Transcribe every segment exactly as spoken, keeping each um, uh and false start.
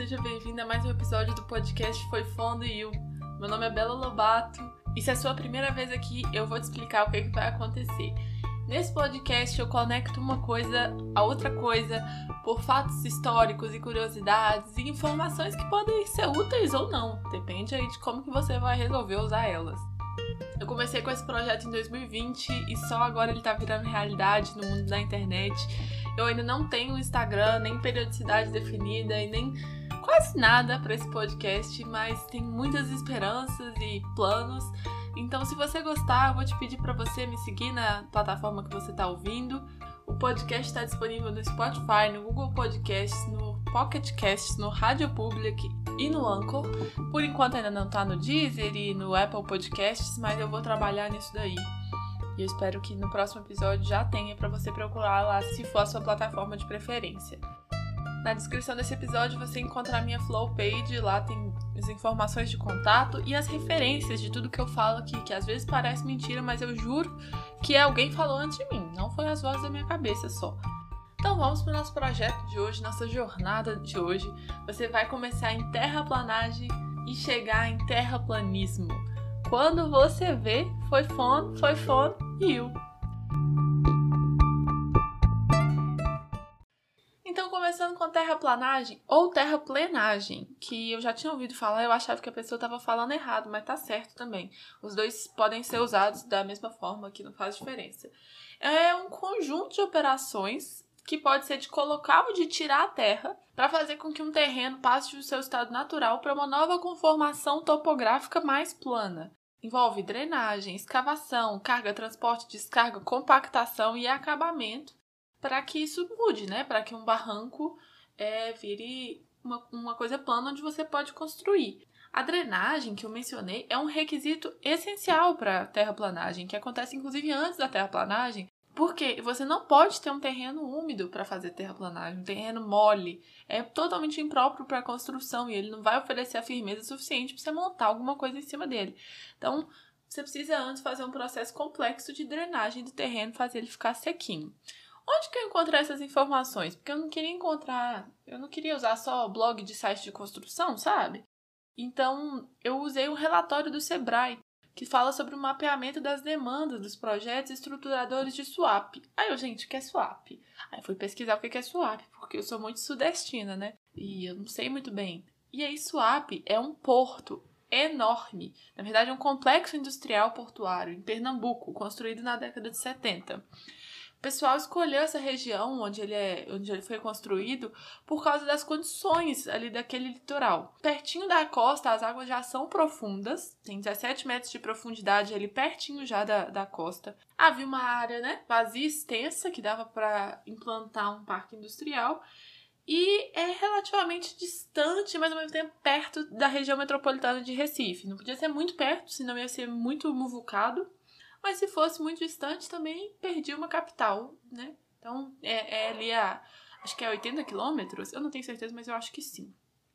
seja bem-vinda a mais um episódio do podcast Foi Fundo e Eu. Meu nome é Bela Lobato e se é a sua primeira vez aqui, eu vou te explicar o que, é que vai acontecer. Nesse podcast eu conecto uma coisa a outra coisa por fatos históricos e curiosidades e informações que podem ser úteis ou não, depende aí de como que você vai resolver usar elas. Eu comecei com esse projeto em dois mil e vinte e só agora ele tá virando realidade no mundo da internet. Eu ainda não tenho um Instagram, nem periodicidade definida e nem quase nada para esse podcast, mas tem muitas esperanças e planos. Então, se você gostar, eu vou te pedir para você me seguir na plataforma que você está ouvindo. O podcast está disponível no Spotify, no Google Podcasts, no Pocket Casts, no Rádio Public e no Anchor. Por enquanto ainda não está no Deezer e no Apple Podcasts, mas eu vou trabalhar nisso daí. E eu espero que no próximo episódio já tenha para você procurar lá se for a sua plataforma de preferência. Na descrição desse episódio você encontra a minha Flow Page, lá tem as informações de contato e as referências de tudo que eu falo aqui, que às vezes parece mentira, mas eu juro que alguém falou antes de mim, não foi as vozes da minha cabeça só. Então vamos para o nosso projeto de hoje, nossa jornada de hoje. Você vai começar em terraplanagem e chegar em terraplanismo. Quando você vê, foi fono, foi fono e eu. Então, começando com terraplanagem ou terraplenagem, que eu já tinha ouvido falar, eu achava que a pessoa estava falando errado, mas tá certo também. Os dois podem ser usados da mesma forma, que não faz diferença. É um conjunto de operações que pode ser de colocar ou de tirar a terra para fazer com que um terreno passe do seu estado natural para uma nova conformação topográfica mais plana. Envolve drenagem, escavação, carga, transporte, descarga, compactação e acabamento para que isso mude, né? Para que um barranco é, vire uma, uma coisa plana onde você pode construir. A drenagem que eu mencionei é um requisito essencial para a terraplanagem, que acontece inclusive antes da terraplanagem, porque você não pode ter um terreno úmido para fazer terraplanagem, um terreno mole. É totalmente impróprio para a construção e ele não vai oferecer a firmeza suficiente para você montar alguma coisa em cima dele. Então, você precisa antes fazer um processo complexo de drenagem do terreno, fazer ele ficar sequinho. Onde que eu encontrei essas informações? Porque eu não queria encontrar... Eu não queria usar só blog de site de construção, sabe? Então, eu usei um relatório do Sebrae, que fala sobre o mapeamento das demandas dos projetos estruturadores de SWAP. Aí eu, gente, o que é SWAP? Aí eu fui pesquisar o que é SWAP, porque eu sou muito sudestina, né? E eu não sei muito bem. E aí, SWAP é um porto enorme. Na verdade, é um complexo industrial portuário em Pernambuco, construído na década de setenta. O pessoal escolheu essa região onde ele, é, onde ele foi construído por causa das condições ali daquele litoral. Pertinho da costa, as águas já são profundas, tem dezessete metros de profundidade ali pertinho já da, da costa. Havia uma área, né, vazia, extensa, que dava para implantar um parque industrial e é relativamente distante, mas ao mesmo tempo perto da região metropolitana de Recife. Não podia ser muito perto, senão ia ser muito muvucado. Mas se fosse muito distante, também perdi uma capital, né? Então, é, é ali a... Acho que é oitenta quilômetros? Eu não tenho certeza, mas eu acho que sim.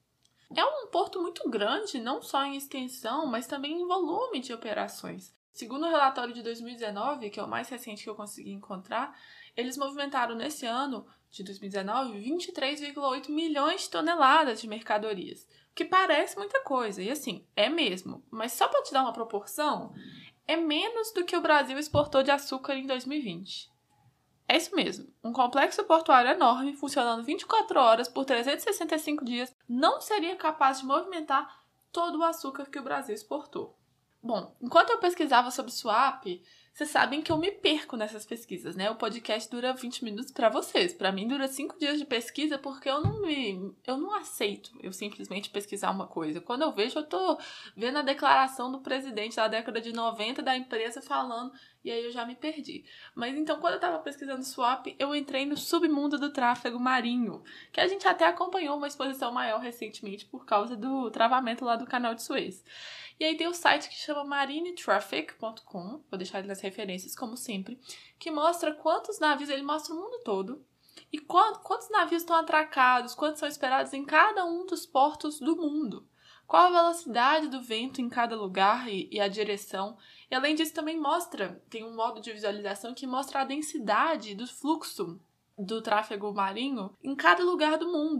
É um porto muito grande, não só em extensão, mas também em volume de operações. Segundo o relatório de dois mil e dezenove, que é o mais recente que eu consegui encontrar, eles movimentaram nesse ano, de dois mil e dezenove, vinte e três vírgula oito milhões de toneladas de mercadorias. O que parece muita coisa, e assim, é mesmo. Mas só para te dar uma proporção... é menos do que o Brasil exportou de açúcar em dois mil e vinte. É isso mesmo. Um complexo portuário enorme, funcionando vinte e quatro horas por trezentos e sessenta e cinco dias, não seria capaz de movimentar todo o açúcar que o Brasil exportou. Bom, enquanto eu pesquisava sobre SWAP, vocês sabem que eu me perco nessas pesquisas, né? O podcast dura vinte minutos para vocês. Para mim, dura cinco dias de pesquisa porque eu não me... eu não aceito eu simplesmente pesquisar uma coisa. Quando eu vejo, eu tô vendo a declaração do presidente da década de noventa da empresa falando e aí eu já me perdi. Mas então, quando eu tava pesquisando SWAP, eu entrei no submundo do tráfego marinho, que a gente até acompanhou uma exposição maior recentemente por causa do travamento lá do canal de Suez. E aí tem o site que chama marine traffic ponto com, vou deixar ele nas referências, como sempre, que mostra quantos navios, ele mostra o mundo todo, e quantos navios estão atracados, quantos são esperados em cada um dos portos do mundo. Qual a velocidade do vento em cada lugar e, e a direção. E além disso também mostra, tem um modo de visualização que mostra a densidade do fluxo do tráfego marinho em cada lugar do mundo.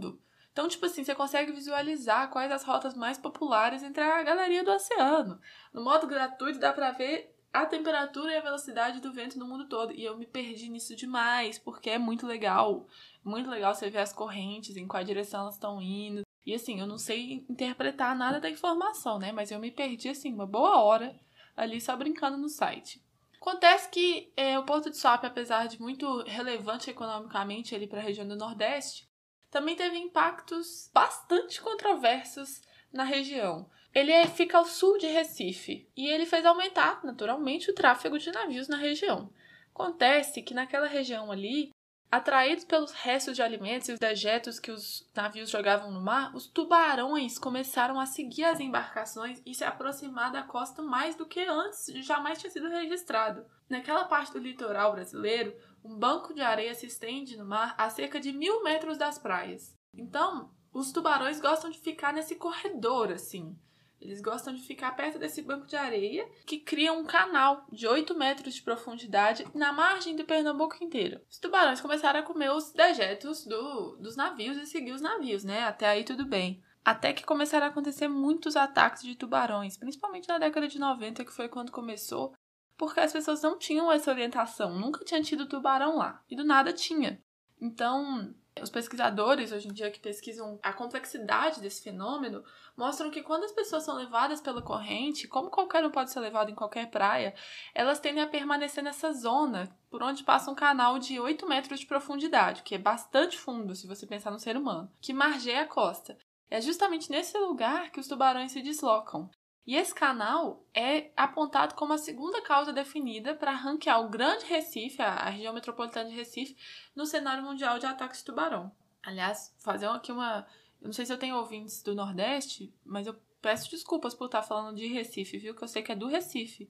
Então, tipo assim, você consegue visualizar quais as rotas mais populares entre a galeria do oceano. No modo gratuito dá pra ver a temperatura e a velocidade do vento no mundo todo. E eu me perdi nisso demais, porque é muito legal. Muito legal você ver as correntes, em qual direção elas estão indo. E assim, eu não sei interpretar nada da informação, né? Mas eu me perdi, assim, uma boa hora ali só brincando no site. Acontece que é, o Porto de Suape, apesar de muito relevante economicamente ali para a região do Nordeste, também teve impactos bastante controversos na região. Ele é, fica ao sul de Recife e ele fez aumentar, naturalmente, o tráfego de navios na região. Acontece que naquela região ali, atraídos pelos restos de alimentos e os dejetos que os navios jogavam no mar, os tubarões começaram a seguir as embarcações e se aproximar da costa mais do que antes jamais tinha sido registrado. Naquela parte do litoral brasileiro, um banco de areia se estende no mar a cerca de mil metros das praias. Então, os tubarões gostam de ficar nesse corredor, assim. Eles gostam de ficar perto desse banco de areia, que cria um canal de oito metros de profundidade na margem do Pernambuco inteiro. Os tubarões começaram a comer os dejetos do, dos navios e seguir os navios, né? Até aí tudo bem. Até que começaram a acontecer muitos ataques de tubarões, principalmente na década de noventa, que foi quando começou, porque as pessoas não tinham essa orientação, nunca tinha tido tubarão lá, e do nada tinha. Então, os pesquisadores, hoje em dia, que pesquisam a complexidade desse fenômeno, mostram que quando as pessoas são levadas pela corrente, como qualquer um pode ser levado em qualquer praia, elas tendem a permanecer nessa zona, por onde passa um canal de oito metros de profundidade, que é bastante fundo, se você pensar no ser humano, que margeia a costa. É justamente nesse lugar que os tubarões se deslocam. E esse canal é apontado como a segunda causa definida para ranquear o Grande Recife, a região metropolitana de Recife, no cenário mundial de ataques de tubarão. Aliás, fazer aqui uma... Eu não sei se eu tenho ouvintes do Nordeste, mas eu peço desculpas por estar falando de Recife, viu? Que eu sei que é do Recife,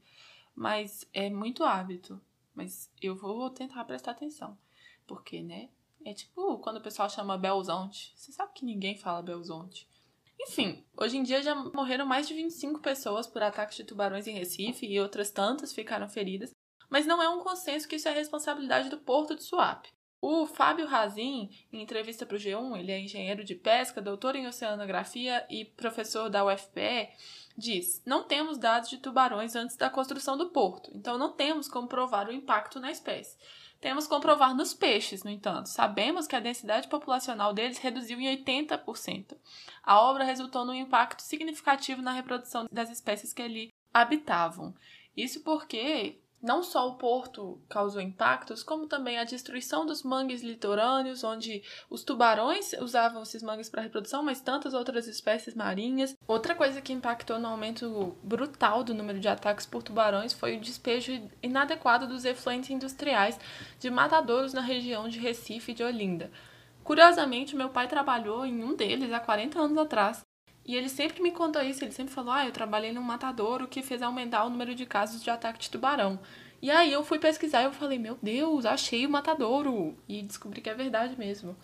mas é muito hábito. Mas eu vou tentar prestar atenção, porque, né? É tipo quando o pessoal chama Belzonte. Você sabe que ninguém fala Belzonte. Enfim, hoje em dia já morreram mais de vinte e cinco pessoas por ataques de tubarões em Recife e outras tantas ficaram feridas, mas não é um consenso que isso é responsabilidade do Porto de Suape. O Fábio Razin, em entrevista para o G um, ele é engenheiro de pesca, doutor em oceanografia e professor da U F P E, diz: não temos dados de tubarões antes da construção do porto, então não temos como provar o impacto na espécie. Temos como provar nos peixes, no entanto. Sabemos que a densidade populacional deles reduziu em oitenta por cento. A obra resultou num impacto significativo na reprodução das espécies que ali habitavam. Isso porque não só o porto causou impactos, como também a destruição dos mangues litorâneos, onde os tubarões usavam esses mangues para reprodução, mas tantas outras espécies marinhas. Outra coisa que impactou no aumento brutal do número de ataques por tubarões foi o despejo inadequado dos efluentes industriais de matadouros na região de Recife e de Olinda. Curiosamente, meu pai trabalhou em um deles há quarenta anos atrás. E ele sempre me contou isso, ele sempre falou, ah, eu trabalhei num matadouro que fez aumentar o número de casos de ataque de tubarão. E aí eu fui pesquisar e eu falei, meu Deus, achei o matadouro. E descobri que é verdade mesmo.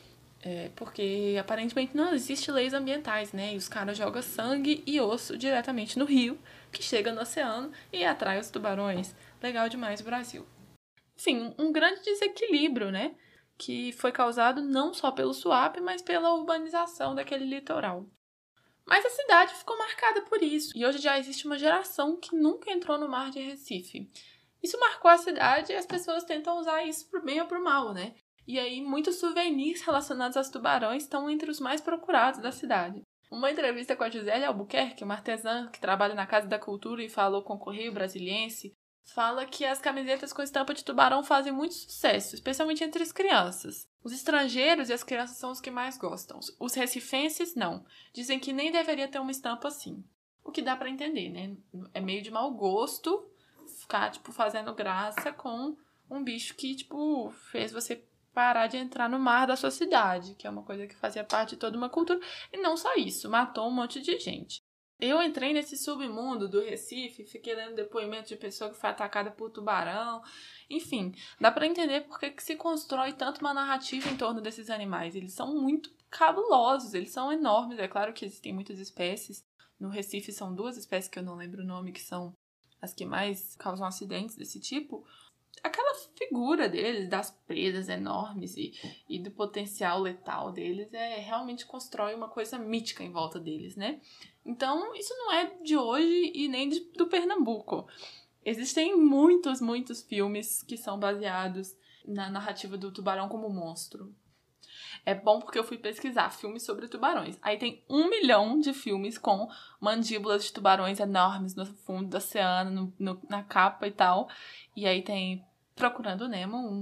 É, porque aparentemente não existe leis ambientais, né? E os caras jogam sangue e osso diretamente no rio, que chega no oceano e atrai os tubarões. Legal demais o Brasil. Enfim, um grande desequilíbrio, né? Que foi causado não só pelo Suape, mas pela urbanização daquele litoral. Mas a cidade ficou marcada por isso, e hoje já existe uma geração que nunca entrou no mar de Recife. Isso marcou a cidade e as pessoas tentam usar isso pro bem ou pro mal, né? E aí muitos souvenirs relacionados aos tubarões estão entre os mais procurados da cidade. Uma entrevista com a Gisele Albuquerque, uma artesã que trabalha na Casa da Cultura e falou com o Correio Brasiliense, fala que as camisetas com estampa de tubarão fazem muito sucesso, especialmente entre as crianças. Os estrangeiros e as crianças são os que mais gostam. Os recifenses, não. Dizem que nem deveria ter uma estampa assim. O que dá pra entender, né? É meio de mau gosto ficar, tipo, fazendo graça com um bicho que, tipo, fez você parar de entrar no mar da sua cidade, que é uma coisa que fazia parte de toda uma cultura. E não só isso, matou um monte de gente. Eu entrei nesse submundo do Recife, fiquei lendo depoimento de pessoa que foi atacada por tubarão. Enfim, dá pra entender porque que se constrói tanto uma narrativa em torno desses animais. Eles são muito cabulosos, eles são enormes. É claro que existem muitas espécies. No Recife são duas espécies que eu não lembro o nome, que são as que mais causam acidentes desse tipo. aquela figura deles, das presas enormes e, e do potencial letal deles, é realmente constrói uma coisa mítica em volta deles, né? Então, isso não é de hoje e nem de, do Pernambuco. Existem muitos, muitos filmes que são baseados na narrativa do tubarão como monstro. É bom porque eu fui pesquisar filmes sobre tubarões. Aí tem um milhão de filmes com mandíbulas de tubarões enormes no fundo do oceano, no, no, na capa e tal. E aí tem Procurando Nemo um.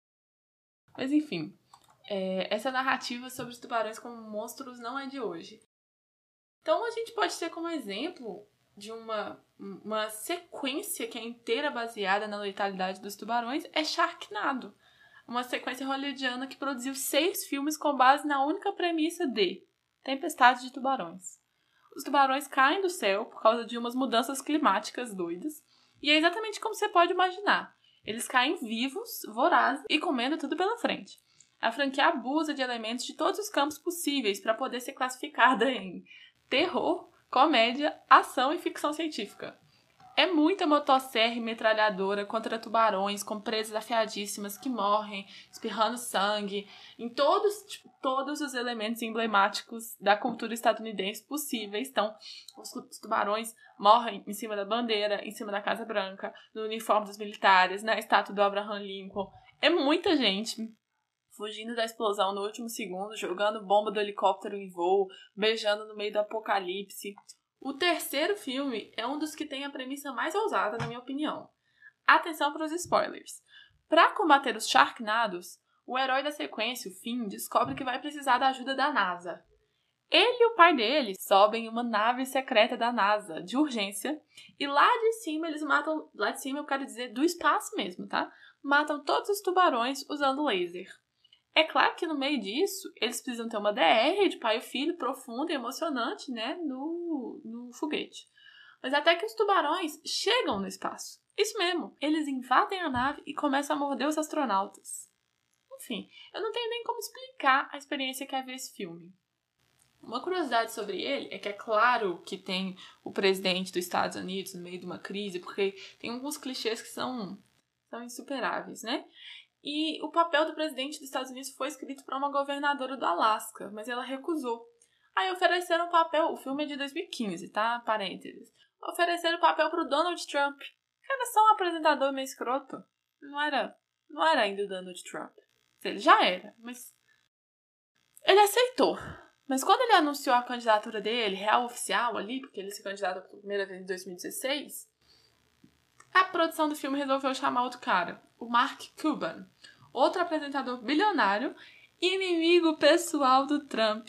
Mas enfim, é, essa narrativa sobre os tubarões como monstros não é de hoje. Então a gente pode ter como exemplo de uma, uma sequência que é inteira baseada na letalidade dos tubarões é Sharknado. Uma sequência hollywoodiana que produziu seis filmes com base na única premissa de tempestade de tubarões. Os tubarões caem do céu por causa de umas mudanças climáticas doidas, e é exatamente como você pode imaginar. Eles caem vivos, vorazes e comendo tudo pela frente. A franquia abusa de elementos de todos os campos possíveis para poder ser classificada em terror, comédia, ação e ficção científica. É muita motosserra e metralhadora contra tubarões com presas afiadíssimas que morrem, espirrando sangue, em todos, tipo, todos os elementos emblemáticos da cultura estadunidense possíveis. Então, os tubarões morrem em cima da bandeira, em cima da Casa Branca, no uniforme dos militares, na estátua do Abraham Lincoln. É muita gente fugindo da explosão no último segundo, jogando bomba do helicóptero em voo, beijando no meio do apocalipse. O terceiro filme é um dos que tem a premissa mais ousada, na minha opinião. Atenção para os spoilers. Para combater os Sharknados, o herói da sequência, o Finn, descobre que vai precisar da ajuda da NASA. Ele e o pai dele sobem em uma nave secreta da NASA, de urgência, e lá de cima eles matam... Lá de cima eu quero dizer do espaço mesmo, tá? Matam todos os tubarões usando laser. É claro que no meio disso, eles precisam ter uma D R de pai e filho profunda e emocionante, né, no, no foguete. Mas até que os tubarões chegam no espaço. Isso mesmo, eles invadem a nave e começam a morder os astronautas. Enfim, eu não tenho nem como explicar a experiência que é ver esse filme. Uma curiosidade sobre ele é que é claro que tem o presidente dos Estados Unidos no meio de uma crise, porque tem alguns clichês que são, são insuperáveis, né? E o papel do presidente dos Estados Unidos foi escrito para uma governadora do Alasca, mas ela recusou. Aí ofereceram o papel, o filme é de dois mil e quinze, tá? Parênteses. Ofereceram o papel para o Donald Trump. Era só um apresentador meio escroto. Não era, não era ainda o Donald Trump. Ele já era, mas ele aceitou. Mas quando ele anunciou a candidatura dele, real oficial ali, porque ele se candidatou pela primeira vez em dois mil e dezesseis, a produção do filme resolveu chamar outro cara, o Mark Cuban, outro apresentador bilionário, inimigo pessoal do Trump.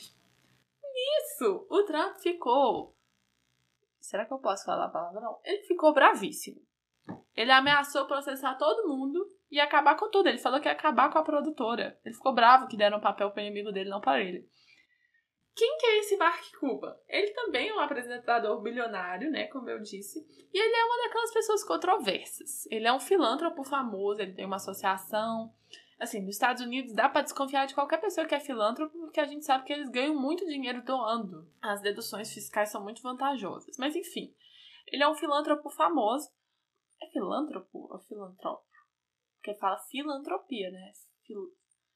Nisso, o Trump ficou... Será que eu posso falar a palavra? Não. Ele ficou bravíssimo. Ele ameaçou processar todo mundo e acabar com tudo. Ele falou que ia acabar com a produtora. Ele ficou bravo que deram papel para o inimigo dele, não para ele. Quem que é esse Mark Cuban? Ele também é um apresentador bilionário, né, como eu disse, e ele é uma daquelas pessoas controversas. Ele é um filântropo famoso, ele tem uma associação. Assim, nos Estados Unidos dá pra desconfiar de qualquer pessoa que é filântropo, porque a gente sabe que eles ganham muito dinheiro doando. As deduções fiscais são muito vantajosas. Mas enfim, ele é um filântropo famoso. É filântropo ou filantropo? Porque fala filantropia, né? Fil...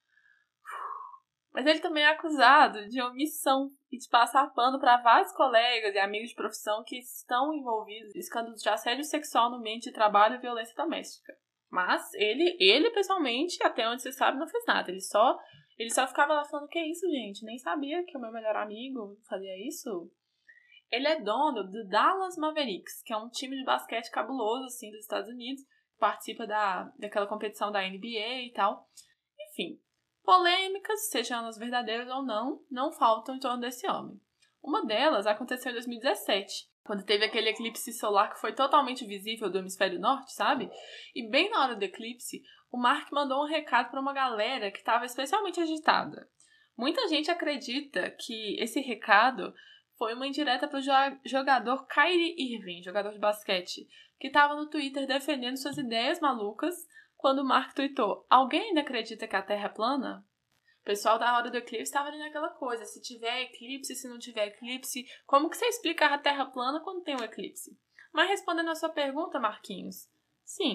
Mas ele também é acusado de omissão e de passar pano para vários colegas e amigos de profissão que estão envolvidos em escândalos de assédio sexual no ambiente de trabalho e violência doméstica. Mas ele, ele pessoalmente, até onde você sabe, não fez nada. Ele só, ele só ficava lá falando, que é isso, gente? Nem sabia que o meu melhor amigo fazia isso. Ele é dono do Dallas Mavericks, que é um time de basquete cabuloso, assim, dos Estados Unidos. Participa da, daquela competição da N B A e tal. Enfim, polêmicas, sejam elas verdadeiras ou não, não faltam em torno desse homem. Uma delas aconteceu em dois mil e dezessete, quando teve aquele eclipse solar que foi totalmente visível do hemisfério norte, sabe? E bem na hora do eclipse, o Mark mandou um recado para uma galera que estava especialmente agitada. Muita gente acredita que esse recado foi uma indireta para o jogador Kyrie Irving, jogador de basquete, que estava no Twitter defendendo suas ideias malucas quando o Mark tweetou: alguém ainda acredita que a Terra é plana? O pessoal da hora do eclipse estava ali naquela coisa, se tiver eclipse, se não tiver eclipse, como que você explica a Terra plana quando tem um eclipse? Mas respondendo a sua pergunta, Marquinhos, sim,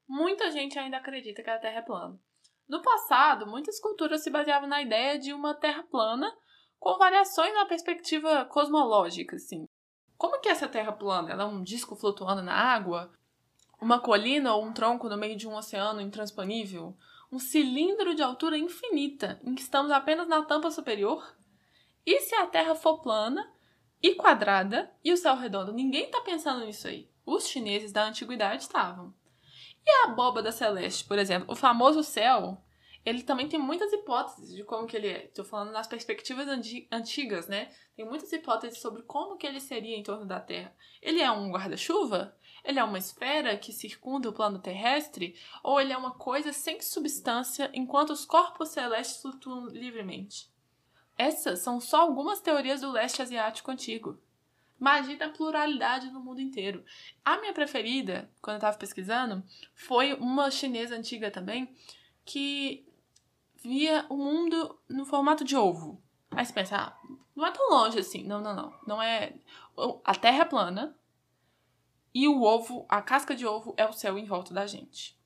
muita gente ainda acredita que a Terra é plana. No passado, muitas culturas se baseavam na ideia de uma Terra plana com variações na perspectiva cosmológica, assim. Como que é essa Terra plana? Ela é um disco flutuando na água? Uma colina ou um tronco no meio de um oceano intransponível? Um cilindro de altura infinita, em que estamos apenas na tampa superior? E se a Terra for plana e quadrada e o céu redondo? Ninguém está pensando nisso aí. Os chineses da antiguidade estavam. E a abóbada celeste, por exemplo, o famoso céu, ele também tem muitas hipóteses de como que ele é. Estou falando nas perspectivas antigas, né? Tem muitas hipóteses sobre como que ele seria em torno da Terra. Ele é um guarda-chuva? Ele é uma esfera que circunda o plano terrestre? Ou ele é uma coisa sem substância enquanto os corpos celestes flutuam livremente? Essas são só algumas teorias do leste asiático antigo. Imagina a pluralidade no mundo inteiro. A minha preferida, quando eu estava pesquisando, foi uma chinesa antiga também, que via o mundo no formato de ovo. Aí você pensa, ah, não é tão longe assim. Não, não, não. Não é... A Terra é plana e o ovo, a casca de ovo é o céu em volta da gente.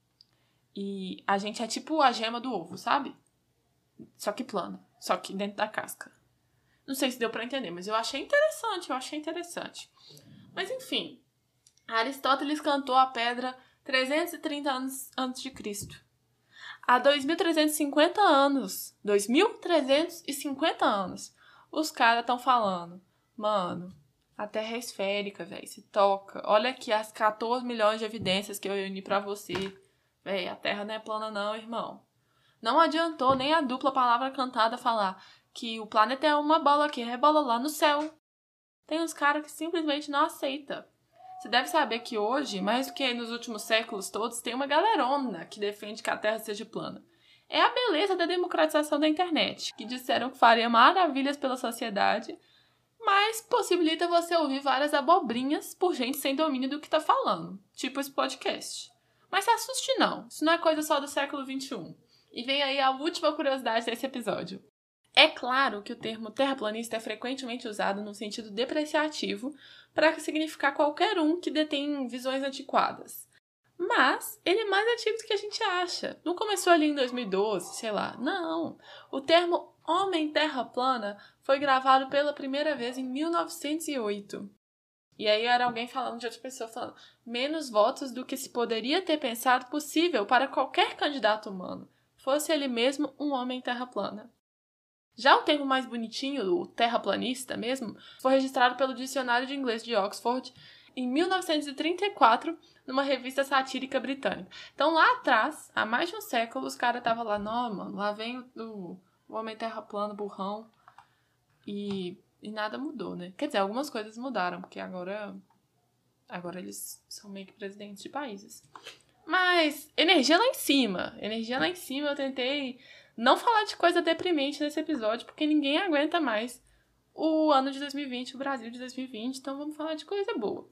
E a gente é tipo a gema do ovo, sabe? Só que plana. Só que dentro da casca. Não sei se deu pra entender, mas eu achei interessante, eu achei interessante. Mas enfim, Aristóteles cantou a pedra trezentos e trinta anos antes de Cristo. Há dois mil trezentos e cinquenta anos, dois mil trezentos e cinquenta anos, os caras estão falando, mano, a Terra é esférica, velho, se toca. Olha aqui as quatorze milhões de evidências que eu uni pra você. Velho, a Terra não é plana não, irmão. Não adiantou nem a dupla palavra cantada falar que o planeta é uma bola que rebola lá no céu. Tem uns caras que simplesmente não aceitam. Você deve saber que hoje, mais do que nos últimos séculos todos, tem uma galerona que defende que a Terra seja plana. É a beleza da democratização da internet, que disseram que faria maravilhas pela sociedade, mas possibilita você ouvir várias abobrinhas por gente sem domínio do que tá falando, tipo esse podcast. Mas se assuste não, isso não é coisa só do século vinte e um. E vem aí a última curiosidade desse episódio. É claro que o termo terraplanista é frequentemente usado no sentido depreciativo para significar qualquer um que detém visões antiquadas. Mas ele é mais antigo do que a gente acha. Não começou ali em dois mil e doze, sei lá. Não. O termo homem terra plana foi gravado pela primeira vez em mil novecentos e oito. E aí era alguém falando de outra pessoa, falando menos votos do que se poderia ter pensado possível para qualquer candidato humano, fosse ele mesmo um homem terra plana. Já o termo mais bonitinho, o terraplanista mesmo, foi registrado pelo Dicionário de Inglês de Oxford em mil novecentos e trinta e quatro, numa revista satírica britânica. Então lá atrás, há mais de um século, os caras estavam lá, não, mano, lá vem o, o, o homem terraplano, burrão, e, e nada mudou, né? Quer dizer, algumas coisas mudaram, porque agora, agora eles são meio que presidentes de países. Mas energia lá em cima, energia lá em cima, eu tentei não falar de coisa deprimente nesse episódio, porque ninguém aguenta mais o ano de dois mil e vinte, o Brasil de dois mil e vinte, então vamos falar de coisa boa.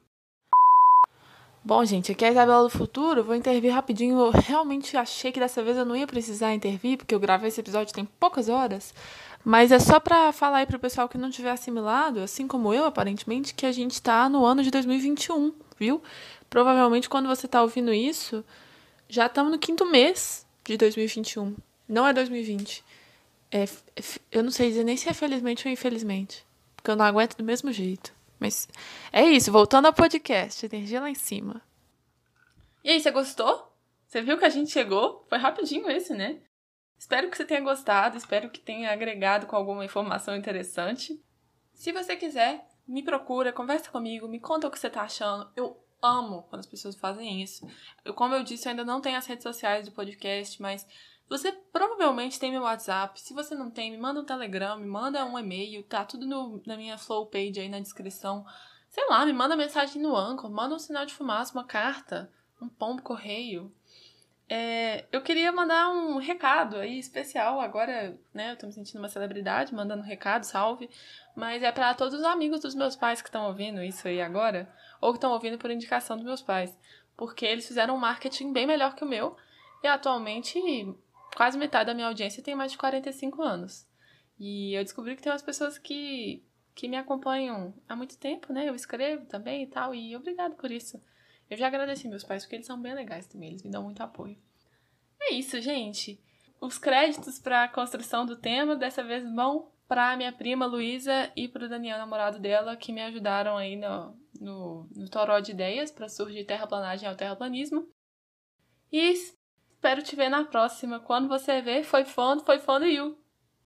Bom, gente, aqui é a Isabela do Futuro, vou intervir rapidinho. Eu realmente achei que dessa vez eu não ia precisar intervir, porque eu gravei esse episódio tem poucas horas, mas é só pra falar aí pro pessoal que não tiver assimilado, assim como eu, aparentemente, que a gente tá no ano de dois mil e vinte e um, viu? Provavelmente quando você tá ouvindo isso, já estamos no quinto mês de dois mil e vinte e um. Não é dois mil e vinte. É, eu não sei dizer nem se é felizmente ou infelizmente. Porque eu não aguento do mesmo jeito. Mas é isso, voltando ao podcast. Energia lá em cima. E aí, você gostou? Você viu que a gente chegou? Foi rapidinho esse, né? Espero que você tenha gostado. Espero que tenha agregado com alguma informação interessante. Se você quiser, me procura, conversa comigo, me conta o que você tá achando. Eu amo quando as pessoas fazem isso. Eu, como eu disse, eu ainda não tenho as redes sociais do podcast, mas você provavelmente tem meu WhatsApp. Se você não tem, me manda um Telegram, me manda um e-mail, tá tudo no, na minha Flow page aí na descrição. Sei lá, me manda mensagem no Anchor, manda um sinal de fumaça, uma carta, um pombo correio. É, eu queria mandar um recado aí especial. Agora, né, eu tô me sentindo uma celebridade, mandando um recado, salve. Mas é pra todos os amigos dos meus pais que estão ouvindo isso aí agora, ou que estão ouvindo por indicação dos meus pais. Porque eles fizeram um marketing bem melhor que o meu. E atualmente, quase metade da minha audiência tem mais de quarenta e cinco anos. E eu descobri que tem umas pessoas que, que me acompanham há muito tempo, né? Eu escrevo também e tal, e obrigado por isso. Eu já agradeci meus pais, porque eles são bem legais também, eles me dão muito apoio. É isso, gente. Os créditos para a construção do tema dessa vez vão para minha prima Luísa e para o Daniel, namorado dela, que me ajudaram aí no, no, no toró de ideias para surgir terraplanagem ao terraplanismo. E espero te ver na próxima. Quando você ver, foi fondo, foi fondo e you.